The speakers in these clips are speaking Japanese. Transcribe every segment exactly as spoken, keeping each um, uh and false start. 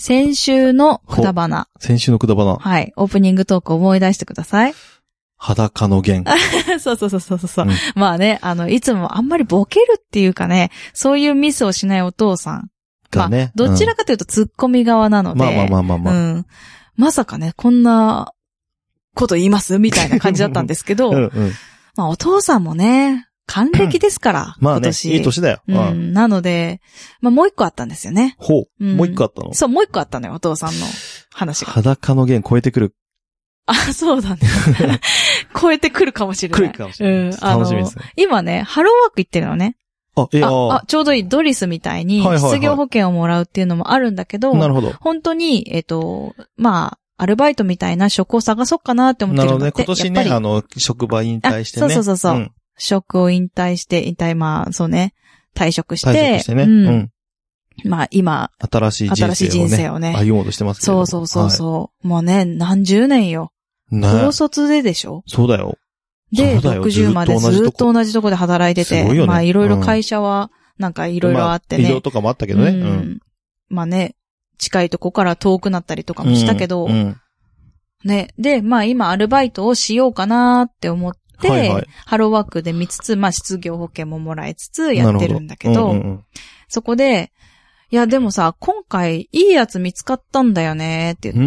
先週のくだばな。 先週のくだばな。 はい。オープニングトークを思い出してください。 裸の弦。 そうそうそうそうそう、うん。まあね、あの、いつもあんまりボケるっていうかね、そういうミスをしないお父さん。 がね。 まあ、どちらかというとツッコミ側なので。 まあまあまあまあまあ。 うん。まさかね、こんなこと言いますみたいな感じだったんですけど。うんうん、まあお父さんもね、還暦ですから。 まあね、 今年いい年だよ。 うん。なので、まあもう一個あったんですよね。 ほう。うん、もう一個あったの？ そう、もう一個あったのよ、お父さんの話が。 裸の弦超えてくる。 あ、そうだね。超えてくるかもしれない。 来るかもしれない。うん、楽しみですね。 今ね、ハローワーク行ってるのね。 あ、いやあ、あ、ちょうどいいドリスみたいに、失業保険をもらうっていうのもあるんだけど、 なるほど。 本当に、えっと、まあ、アルバイトみたいな職を探そうかなって思ってるんだって。 なるほどね。今年ね、あの、職場引退してね。 そうそうそうそう、うん。職を引退して、引退、まあ、そうね、退職して。 退職してね。 うん。うん、まあ、今、 新しい人生をね。新しい人生をね。歩もうとしてますけど。 そうそうそうそう、はい。もうね、何十年よ。ね。高卒ででしょ？ そうだよ。 で、ろくじゅうまでずっと同じとこで働いてて。すごいよね。まあ、いろいろ会社は、なんかいろいろあってね。 まあ、移動とかもあったけどね。 うん。うん、まあね、近いとこから遠くなったりとかもしたけど、うんうん、ね。で、まあ今アルバイトをしようかなって思って、はいはい、ハローワークで見つつ、まあ失業保険ももらいつつやってるんだけど、うんうんうん、そこで、いやでもさ、今回いいやつ見つかったんだよねって言って、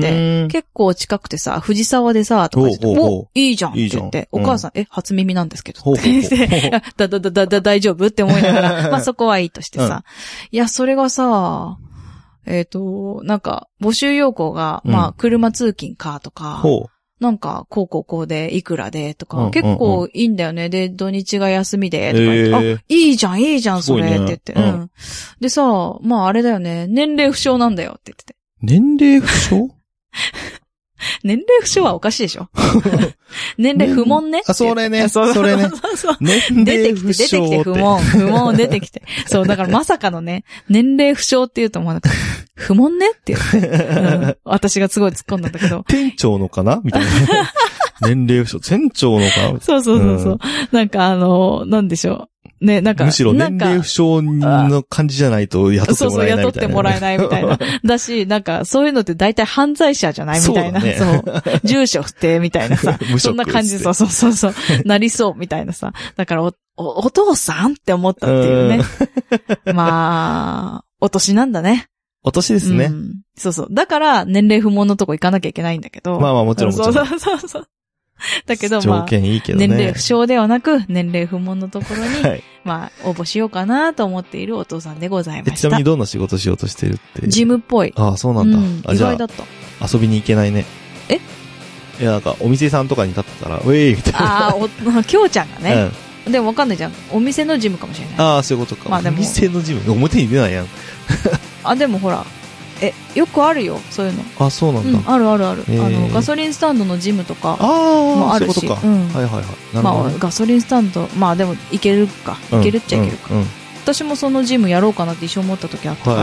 結構近くてさ、藤沢でさ、とか言って、お、いいじゃんって言って、お母さん、うん、え、初耳なんですけど、って言って、だだだだだ大丈夫って思いながら、まあそこはいいとしてさ、うん、いや、それがさ、えっと、なんか、募集要項が、うん、まあ、車通勤かとか、なんか、こうこうこうで、いくらで、とか、うんうんうん、結構いいんだよね。で、土日が休みで、とか言って、えー、あ、いいじゃん、いいじゃん、それ、ね、って言って、うん、うん。でさ、まあ、あれだよね、年齢不詳なんだよ、って言ってて。 年齢不詳年齢不詳はおかしいでしょ年齢不問ね。 あ、それね。それね。 そうそう。年齢不詳。出てきて、出てきて、不問。不問出てきて。そう、だからまさかのね、年齢不詳って言うと思わなかった。不問ねって言って、うん。私がすごい突っ込んだんだけど。 店長のかなみたいな。年齢不詳。店長のかなそうそうそうそう、うん。なんかあの、なんでしょう。ね、なんか。 むしろ年齢不詳の感じじゃないと雇ってもらえないみたいな。そうそう、雇ってもらえないみたいな。だし、なんか、そういうのって大体犯罪者じゃないみたいな。そう、ね。そう。住所不定みたいなさ。そんな感じ、そうそうそうそう。なりそうみたいなさ。だからお、お、お父さんって思ったっていうね。うまあ、お年なんだね。お年ですね、 うん。そうそう。だから、年齢不問のとこ行かなきゃいけないんだけど。 まあまあもちろんもちろん。 そうそうそう。だけど、まあ、 条件いいけどね、 年齢不詳ではなく、年齢不問のところに、はい、まあ、応募しようかなと思っているお父さんでございました。 ちなみにどんな仕事しようとしてるって？ ジムっぽい。 ああ、そうなんだ。うん、 あ、意外だった。 遊びに行けないね。 え？ いや、なんか、お店さんとかに立ってたら、ウェイみたいな。 ああ、お、きょうちゃんがね。うん。でもわかんないじゃん。お店のジムかもしれない。 ああ、そういうことか。まあでも。お店のジム表に出ないやん。 あ、でもほら。え、よくあるよ、そういうの。 あ、そうなんだ。 うん、あるあるある。あの、ガソリンスタンドのジムとかもあるし。 ああ、そういうことか。うん、はいはいはい。なるほど。 まあ、ガソリンスタンド、まあでも、いけるか。いけるっちゃいけるか。うんうんうん、私もそのジムやろうかなって一生思った時あったから。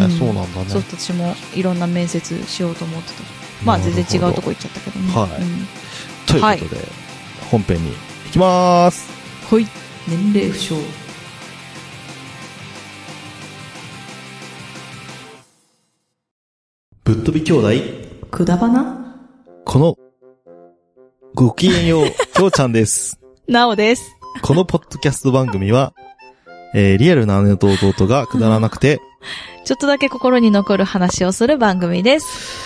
うん、そうなんだね。 そう、私もいろんな面接しようと思ってた。まあ、全然違うとこ行っちゃったけどね。 はい。うん、ということで、はい、本編に行きまーす。 はい。年齢不詳。 ぶっ飛び兄弟くだばなこのごきげんようきょうちゃんですなおです。 このポッドキャスト番組は、えー、リアルな姉と弟がくだらなくてちょっとだけ心に残る話をする番組です。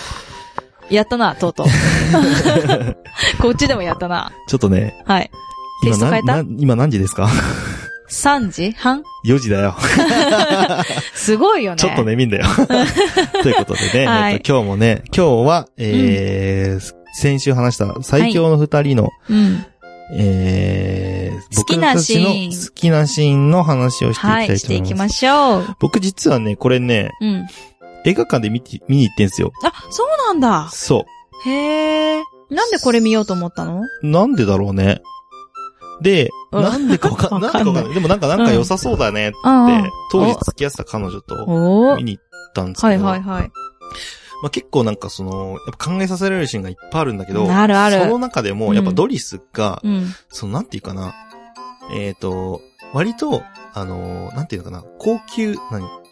やったな、とうとうこっちでもやったな。 ちょっとね、 はいテイスト変えた？ 今何時ですか？ さんじはん ? よ 時だよ。 すごいよね。 ちょっと眠いんだよ。ということでね、はいえっと、今日もね、今日は、えーうん、先週話した最強の二人の、はいうんえー、 好きなシーン。 好きなシーンの話をしていきたいと思います。はい、 していきましょう。 僕実はね、これね、うん、映画館で見て、見に行ってんすよ。 あ、そうなんだ。 そう。 へー。なんでこれ見ようと思ったの？ なんでだろうね。で、なんでかわかんない。なんでかわかんない。でもなんかなんか良さそうだねって、うん、当時付き合ってた彼女と見に行ったんですけど。はいはいはい。まあ、結構なんかその、やっぱ考えさせられるシーンがいっぱいあるんだけど、 あるある。 その中でもやっぱドリスが、うん、そのなんていうかな、えっと、割と、あの、なんていうのかな、高級、何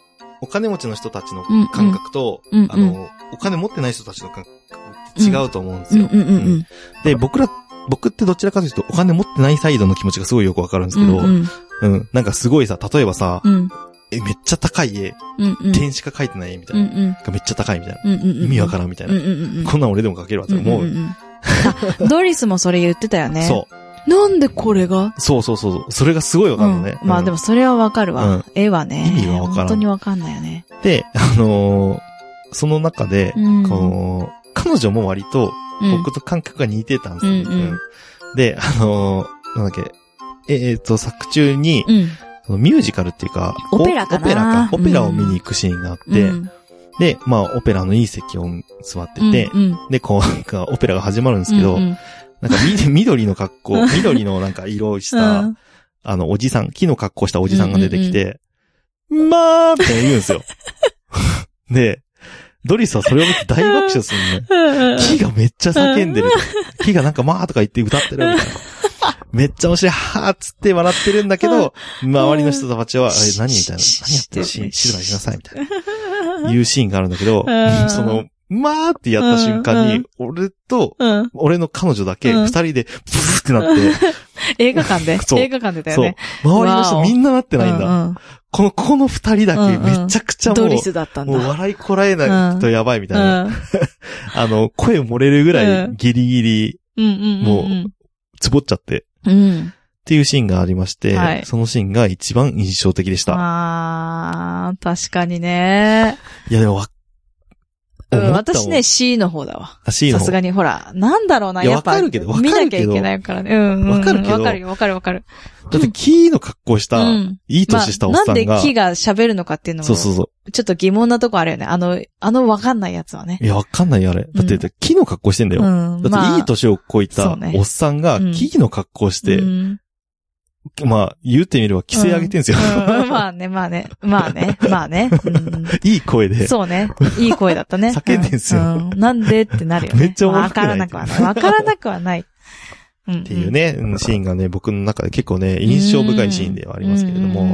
お金持ちの人たちの感覚と、うんうん、あの、お金持ってない人たちの感覚違うと思うんですよ。うんうんうんうん、で、僕ら、僕ってどちらかというと、お金持ってないサイドの気持ちがすごいよくわかるんですけど、うんうん、うん。なんかすごいさ、例えばさ、うん、え、めっちゃ高い家、うんうん、点しか書いてない絵みたいな、うんうん、めっちゃ高いみたいな、うんうんうん、意味わからんみたいな、うんうんうん、こんなん俺でも書けるわって思う。うんうんうん、 あ、ドリスもそれ言ってたよね。 そう。 なんでこれがそうそうそう。それがすごいわかるのね。 うん、まあでもそれはわかるわ。うん、絵はね。意味はわからん。本当にわかんないよね。 で、あのー、その中で、うん、この、彼女も割と、僕と感覚が似てたんですよ、ね。うんうん、で、あのー、なんだっけ、えー、っと、作中に、うん、ミュージカルっていうか、 オペラかなオペラか。オペラを見に行くシーンがあって、うん、で、まあ、オペラのいい席を座ってて、うんうん、で、こう、なんか、オペラが始まるんですけど、うんうん、なんか、緑の格好、緑のなんか色をした、うん、あの、おじさん、木の格好したおじさんが出てきて、うんうんうん、まーって言うんですよ。で、ドリスはそれを見て大爆笑するね。木がめっちゃ叫んでる。木がなんかまーとか言って歌ってるみたいな。めっちゃ面白い、はーっつって笑ってるんだけど、周りの人たちは、あれ何みたいな。何やってるし、静かにしなさいみたいな。いうシーンがあるんだけど、その、まーってやった瞬間に、俺と、俺の彼女だけ、二人で、ブーってなって。 映画館で映画館でだよね。 そう。周りの人みんななってないんだ。この、この二人だけめちゃくちゃもう、 ドリスだったんだ。 もう笑いこらえないとやばいみたいな。あの、声漏れるぐらいギリギリ、もう、つぼっちゃって。っていうシーンがありまして、そのシーンが一番印象的でした。 あー、確かにね。 いやでもわ、 うん、私ね、C の方だわ。 C の方。 さすがにほら、なんだろうな、やっぱ。わかるけど、わかるけど。見なきゃいけないからね。うん、うん。わかるけど。わかるよ、わかるわかる。 だって、キーの格好した、うん、いい年したおっさんが、まあ。 なんでキーが喋るのかっていうのも、 そうそうそう。 ちょっと疑問なとこあるよね。あの、あのわかんないやつはね。 いや、わかんないよ、あれ。だって、うん、キーの格好してんだよ。うん、だって、いい年をこいたおっさんが、キーの格好して、うん、まあ、言ってみれば規制上げてんすよ、 うんうん。まあね、まあね、まあね、まあね。うん、 いい声で。 そうね。いい声だったね。 叫んでんすよ、 うんうん。なんでってなるよね。 めっちゃ面白い。わからなくはない。わからなくはない。 っていうね、シーンがね、僕の中で結構ね、印象深いシーンではありますけれども。うん、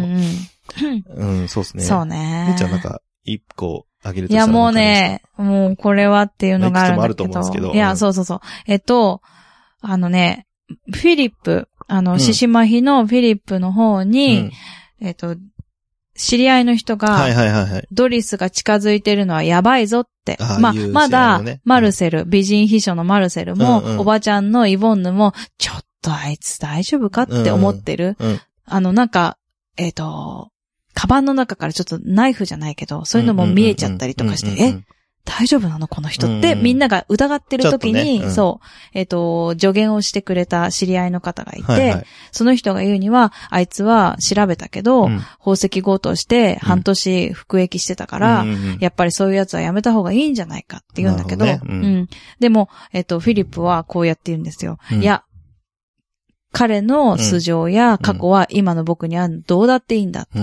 うん、そうですね。 そうね。 みーちゃんなんか、一個あげるとしたら。いや、もうね、もうこれはっていうのがあるんだけど。いくつもあると思うんですけど。いや、そうそうそう。えっと、あのね、フィリップ、あの、獅子舞妃のフィリップの方に、うん、えっと、知り合いの人が、はいはいはいはい、ドリスが近づいてるのはやばいぞって。あまあ、まだ、マルセル、うん、美人秘書のマルセルも、うんうん、おばちゃんのイボンヌも、ちょっとあいつ大丈夫かって思ってる。うんうん、あの、なんか、えっと、カバンの中からちょっとナイフじゃないけど、そういうのも見えちゃったりとかして、え大丈夫なのこの人って、みんなが疑ってる時に、ねうん、そう、えっと、助言をしてくれた知り合いの方がいて、はいはい、その人が言うには、あいつは調べたけど、うん、宝石強盗して半年服役してたから、うん、やっぱりそういうやつはやめた方がいいんじゃないかって言うんだけど、ねうんうん、でも、えっと、フィリップはこうやって言うんですよ。うん、いや、彼の素性や過去は今の僕にはどうだっていいんだ。うん、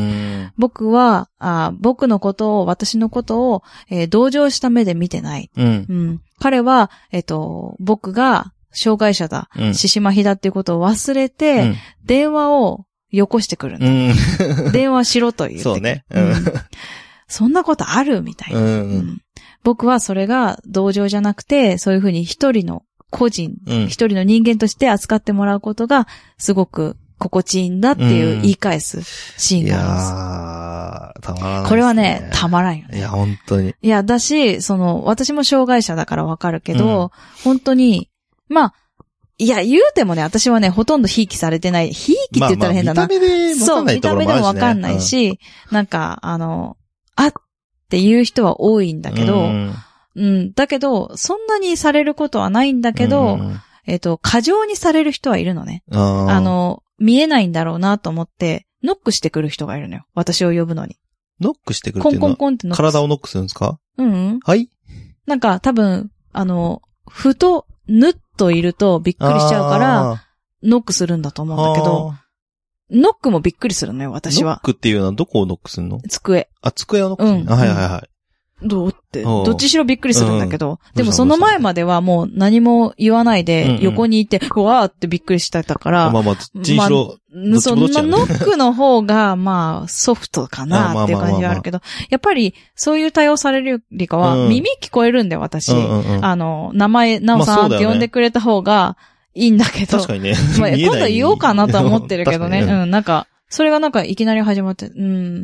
僕はあ、僕のことを、私のことを、えー、同情した目で見てない。うんうん、彼は、えっと、僕が障害者だ、獅子舞妃だっていうことを忘れて、うん、電話をよこしてくるんだ。うん、電話しろと言ってくる。そうね、うんうん。そんなことあるみたいな、うんうん。僕はそれが同情じゃなくて、そういうふうに一人の個人、うん、一人の人間として扱ってもらうことがすごく心地いいんだっていう言い返すシーンがあるんです。いやー、たまらないですね。これはね、たまらんよね。 いや、本当に。 いや、だし、その、私も障害者だからわかるけど、うん、本当に、まあ、いや、言うてもね、私はね、ほとんどひいきされてない。ひいきって言ったら変だな。まあまあ見た目でわかんないところもあるしね。そう、見た目でもわかんないし、うん、なんか、あの、あっていう人は多いんだけど、うんうん。だけど、そんなにされることはないんだけど、うん、えっと、過剰にされる人はいるのね。あ, あの、見えないんだろうなと思って、ノックしてくる人がいるのよ。私を呼ぶのに。 ノックしてくるっていうのはコンコンコンってノック。体をノックするんですか？ うん、うん。 はい。 なんか多分、あの、ふと、ぬっといるとびっくりしちゃうから、ノックするんだと思うんだけど、ノックもびっくりするのよ、私は。 ノックっていうのはどこをノックするの？ 机。 あ、机をノックする、うん、あ、はいはいはい。 どうっ 、どっちしろびっくりするんだけど、うん、でもその前まではもう何も言わないで、横にいて、うわーってびっくりしてたから、 まあまあ、どっちにしろ、 まあ、そんなノックの方が、まあ、ソフトかなっていう感じはあるけど、やっぱり、そういう対応されるよりかは、うん、耳聞こえるんだよ、私。うんうんうん、あの、名前、なおさんって呼んでくれた方がいいんだけど、 確かにね。 まあ、今度言おうかなとは思ってるけどね。うん、なんか、それがなんかいきなり始まって、うん。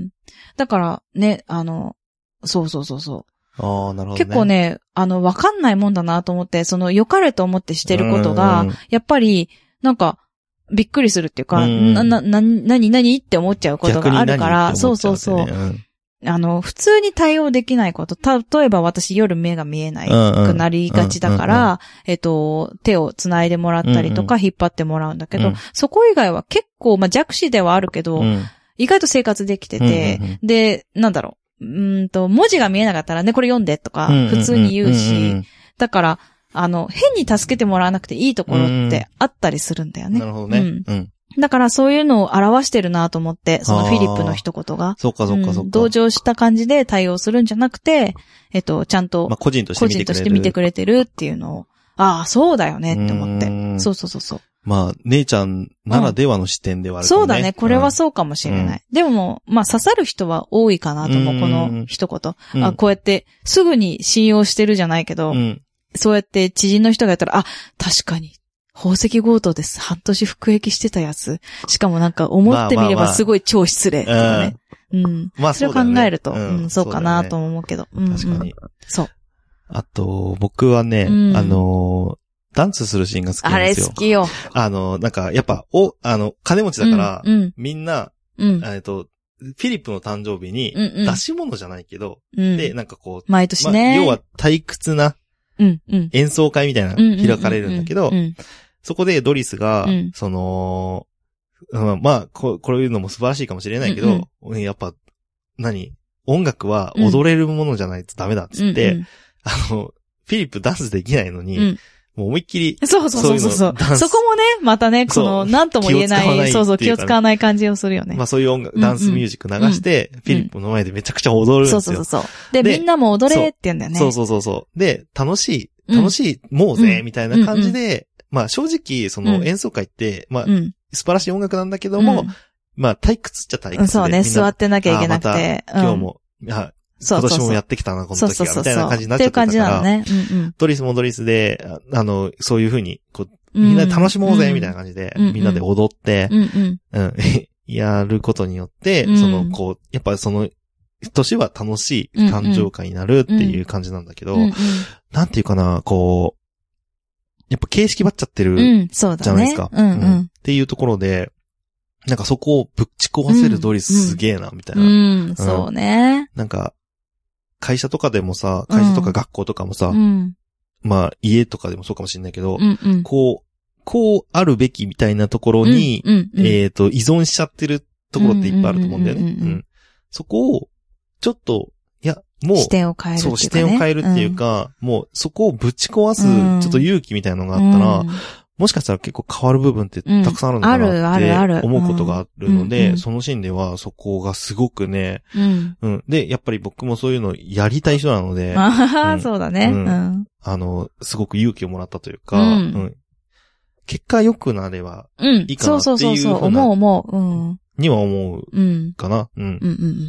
だからね、あの、そうそうそうそう。 ああ、なるほど、ね。 結構ね、あの、わかんないもんだなと思って、その、良かれと思ってしてることが、やっぱり、なんか、びっくりするっていうか、な、な、な、なになにって思っちゃうことがあるから、そうそうそう。あの、普通に対応できないこと。例えば私夜目が見えないくなりがちだから、えっと、手を繋いでもらったりとか引っ張ってもらうんだけど、うん、そこ以外は結構、まあ、弱視ではあるけど、うん、意外と生活できてて、うんうんうん、で、なんだろう、うんと、文字が見えなかったらね、これ読んでとか、普通に言うし、うんうんうん、だから、あの、変に助けてもらわなくていいところってあったりするんだよね。 なるほどね。うん。うんだからそういうのを表してるなと思って、そのフィリップの一言が。 そうかそうかそうか、うん。 同情した感じで対応するんじゃなくて、えっと、ちゃんと、 まあ、個人として見てくれる。 個人として見てくれてるっていうのを、ああ、そうだよねって思って。そうそうそうそう。 まあ、姉ちゃんならではの視点ではある、ねうん。そうだね。これはそうかもしれない。うん、でも、まあ、刺さる人は多いかなと思う、この一言。うん、あ、こうやって、すぐに信用してるじゃないけど、うん、そうやって知人の人がやったら、あ、確かに。宝石強盗です。半年服役してたやつ。しかもなんか思ってみればすごい超失礼、ね。まあまあまあ、うん。まあそれを考えると、うん、うん、そうかなと思うけど。うん、 確かに。 そう。 あと、僕はね、うん、あの、ダンスするシーンが好きなんですよ。 あれ好きよ。 あの、なんか、やっぱ、お、あの、金持ちだから、うんうん、みんな、うん、えっと、フィリップの誕生日に、出し物じゃないけど、うんうん、で、なんかこう、 毎年ね、 まあ、要は退屈な、演奏会みたいなの開かれるんだけど、そこでドリスが、うん、その、まあこ、こういうのも素晴らしいかもしれないけど、うんうん、やっぱ、何音楽は踊れるものじゃないとダメだっつって、うんうん、あの、フィリップダンスできないのに、うん、もう思いっきり、 そうそうそうそう。そこもね、またね、この、なんとも言えない、そうそう、気を使わない感じをするよね。 まあそういう音楽、ダンスミュージック流して、うんうん、フィリップの前でめちゃくちゃ踊るんですよ。 そうそうそう。で、みんなも踊れって言うんだよね。 そうそうそうそう。で、楽しい、楽しい、もうぜ、みたいな感じで、うんうん、まあ正直、その演奏会って、うん、まあ、素晴らしい音楽なんだけども、うん、まあ退屈っちゃ退屈で。 そうね、座ってなきゃいけなくて。 ま、今日も、うん、今年もやってきたな、この時は、みたいな感じになっちゃってたから。っていう感じなのね。うんうん、ドリスもドリスで、あの、そういう風に、こう、みんなで楽しもうぜ、みたいな感じで、うん、みんなで踊って、うんうんうん、やることによって、その、こう、やっぱその、年は楽しい誕生会になるっていう感じなんだけど、うんうん、なんていうかな、こう、やっぱ形式ばっちゃってるじゃないですか。うんうんうん、っていうところで、なんかそこをぶっち壊せるドリスすげえな、みたいな、 うんうんうん。そうね。 なんか、会社とかでもさ、会社とか学校とかもさ、うん、まあ家とかでもそうかもしれないけど、うんうん、こう、こうあるべきみたいなところに、うんうんうん、えっと、依存しちゃってるところっていっぱいあると思うんだよね。そこを、ちょっと、いや、もう、 視点を変えるっていうか、ね。そう、 視点を変えるっていうか、うん、もうそこをぶち壊す、ちょっと勇気みたいなのがあったら、うん、もしかしたら結構変わる部分ってたくさんあるのかなって思うことがあるので、うん、そのシーンではそこがすごくね、うんうん、で、やっぱり僕もそういうのやりたい人なので、 うん、そうだね、うん。 あの、すごく勇気をもらったというか、うんうん、結果良くなればいいかなっていう、うん、そうそうそうそう、 思う思う。うんには思うかな、うんうんうんうん。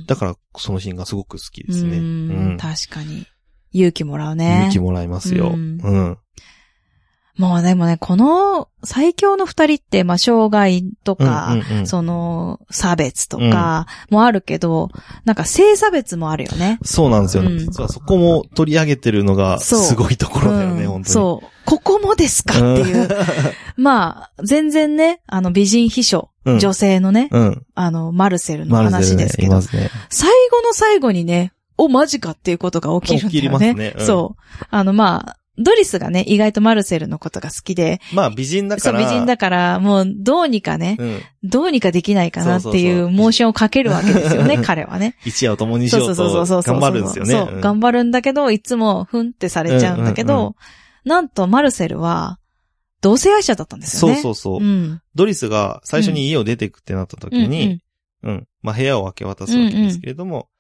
だからそのシーンがすごく好きですね。うんうん、確かに。勇気もらうね。 勇気もらいますよ。うん。うん、 もうでもね、この最強の二人って、まあ、障害とか、うんうんうん、その、差別とかもあるけど、うん、なんか性差別もあるよね。 そうなんですよね。うん、実はそこも取り上げてるのがすごいところだよね、うん、本当に。 そう。ここもですかっていう。まあ、全然ね、あの美人秘書、うん、女性のね、うん、あの、マルセルの話ですけど、ねね、最後の最後にね、お、マジかっていうことが起きるんだよね。起きりますね。うん、そう。あの、まあ、ドリスがね、意外とマルセルのことが好きで。 まあ美人だから。 そう、美人だから、もうどうにかね、うん、どうにかできないかなっていうモーションをかけるわけですよね、彼はね。 一夜を共にしようと頑張るんですよね。 そう、頑張るんだけど、いつもふんってされちゃうんだけど、うんうんうん、なんとマルセルは、同性愛者だったんですよね。 そうそうそう。うん、ドリスが最初に家を出てくってなった時に、うん、うんうん、まあ部屋を明け渡すわけですけれども、うんうん、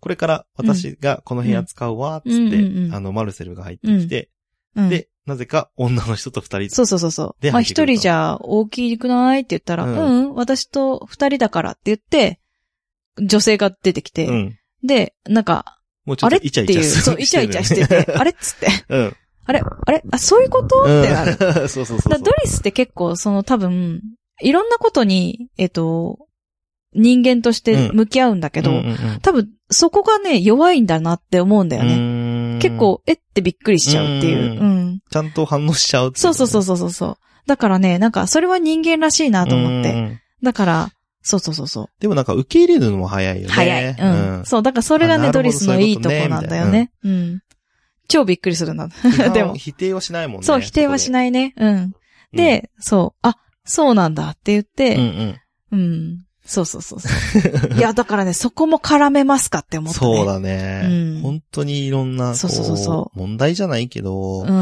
これから私がこの部屋使うわ、つって、うんうんうん、あの、マルセルが入ってきて、うん、で、なぜか女の人と二人。 そうそうそうそう。まあ一人じゃ大きくないって言ったら、うん、うん、私と二人だからって言って、女性が出てきて、うん、で、なんか、 もうちょっとイチャイチャして、 そう、イチャイチャしてて、あれっつって。うん。あれあれあ、そういうこと、うん、ってなる。 そうそうそうそう。 だドリスって結構、その多分、いろんなことに、えっと、人間として向き合うんだけど、うんうんうんうん、多分、そこがね、弱いんだなって思うんだよね。結構、えってびっくりしちゃうっていう。うんうん、 ちゃんと反応しちゃうって、ね。 そうそうそうそうそう。だからね、なんか、それは人間らしいなと思って。だから、そうそうそうそう。 でもなんか受け入れるのも早いよね。 早い。うん。うん、そう、だからそれがね、ドリスのいいとこなんだよね。うん。超びっくりするな。でも。 否定はしないもんね。 そう、否定はしないね。うん。で、うん、そう、あ、そうなんだって言って、うんうん。うん。そうそうそうそう。いや、だからね、そこも絡めますかって思って、ね。 そうだね。うん。本当にいろんな、そうそうそうそう。問題じゃないけど、うん。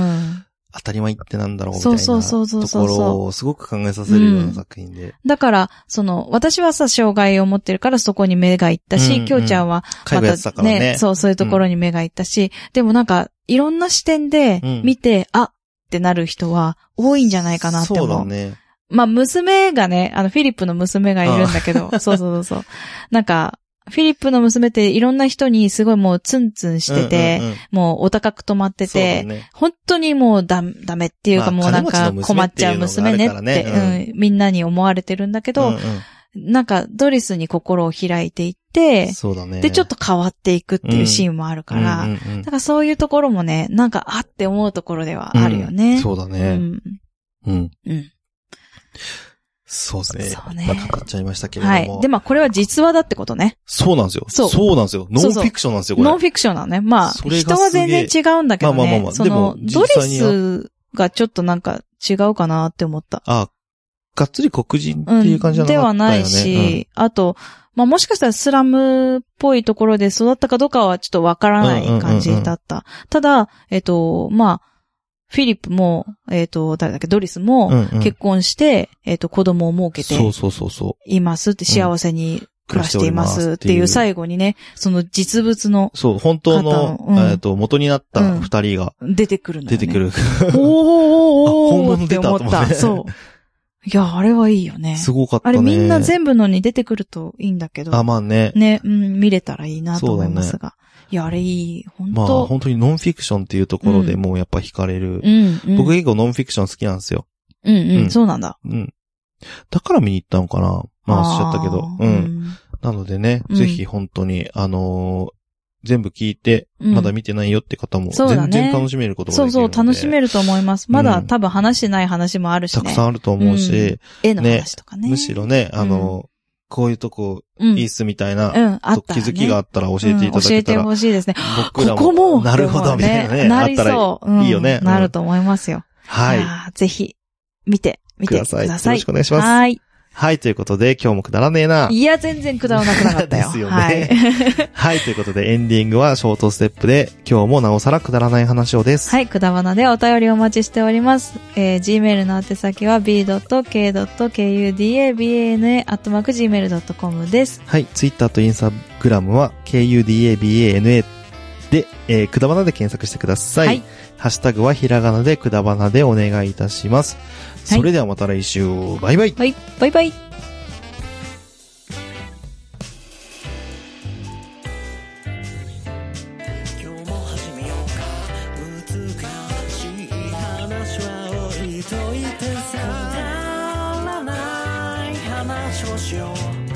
当たり前ってなんだろうみたいなところをすごく考えさせるような作品で。うん、 だから、その、私はさ、障害を持ってるからそこに目がいったし、きょうちゃんは、 またね、ね、 そう、そういうところに目がいったし、うん、でもなんか、いろんな視点で見て、うん、あってなる人は多いんじゃないかなって思う。 そうだね。 まあ、娘がね、あの、フィリップの娘がいるんだけど、そうそうそうそう。なんか、フィリップの娘っていろんな人にすごいもうツンツンしてて、うんうんうん、もうお高く止まってて、ね、本当にもうダメ、ダメっていうかもうなんか困っちゃう娘ねって、ねうん、みんなに思われてるんだけど、うんうん、なんかドリスに心を開いていって、 そうだね、 で、ちょっと変わっていくっていうシーンもあるから、うんうんうんうん、だからそういうところもね、なんかあって思うところではあるよね。 うん、そうだね。うん。うん。 うんそうですね。そうね。まあ、語っちゃいましたけれども。 はい。で、まあ、これは実話だってことね。 そうなんですよ。そう。そうなんですよ。ノンフィクションなんですよ、これ。 ノンフィクションなのね。まあ、人は全然違うんだけどね。まあまあまあまあ。その、ドリスがちょっとなんか違うかなって思った。 あ、がっつり黒人っていう感じじゃなかったよね。うん、ではないし、うん、あと、まあもしかしたらスラムっぽいところで育ったかどうかはちょっとわからない感じだった。うんうんうんうん、ただ、えっと、まあ、フィリップも、えっと、誰だっけ、ドリスも結婚して、うんうん、えっと、子供を設けて、そうそうそうそう。いますって幸せに暮らしていますっていう最後にね、その実物の。そう、本当の、うん、えっと、元になった二人が、 うん。出てくるのよ、ね。 出てくる。 おーおーおーおーって思った。そう。いや、あれはいいよね。 すごかったね。 あれみんな全部のに出てくるといいんだけど。 あ、まあね。 ね、うん、見れたらいいなと思いますが。いや、あれいい。本当まあ、本当にノンフィクションっていうところでもうやっぱ惹かれる。うんうん、僕結構ノンフィクション好きなんですよ。 うんうん、うん、そうなんだ。 うん。だから見に行ったのかなまあ、おっしゃったけど。うん。うん、なのでね、ぜひ本当に、あのー、全部聞いて、まだ見てないよって方も、全然楽しめることができるので、 そうそう、楽しめると思います。まだ、うん、多分話してない話もあるしね。 たくさんあると思うし、うん、 絵の話とかね。 むしろね、あのー、うんこういうとこ、いいっすみたいな、うん、気づきがあったら教えていただけたら、うん、教えてほしいですね。 僕らも、ここもなるほどみたいなね、 なりそう。 あったらいいよね。 うん、なると思いますよ。 はい。 ぜひ、見て、見てください。よろしくお願いします。 はい。 はい、ということで、今日もくだらねえな。 いや、全然くだらなくなかったよ。 ですよね。はい。はい、ということで、エンディングはショートステップで、今日もなおさらくだらない話をです。 はい、くだばなでお便りお待ちしております。えー、Gmail の宛先は ビードットケードットケーユーディーエービーエーエヌエー アットマークジーメールドットコム です。 はい、Twitter と Instagram は ケーユーディーエービーエーエヌエー で、えー、くだばなで検索してください。はい。ハッシュタグはひらがなでくだばなでお願いいたします。はい、それではまた来週、バイバイ。 はい、バイバイ。話をしよう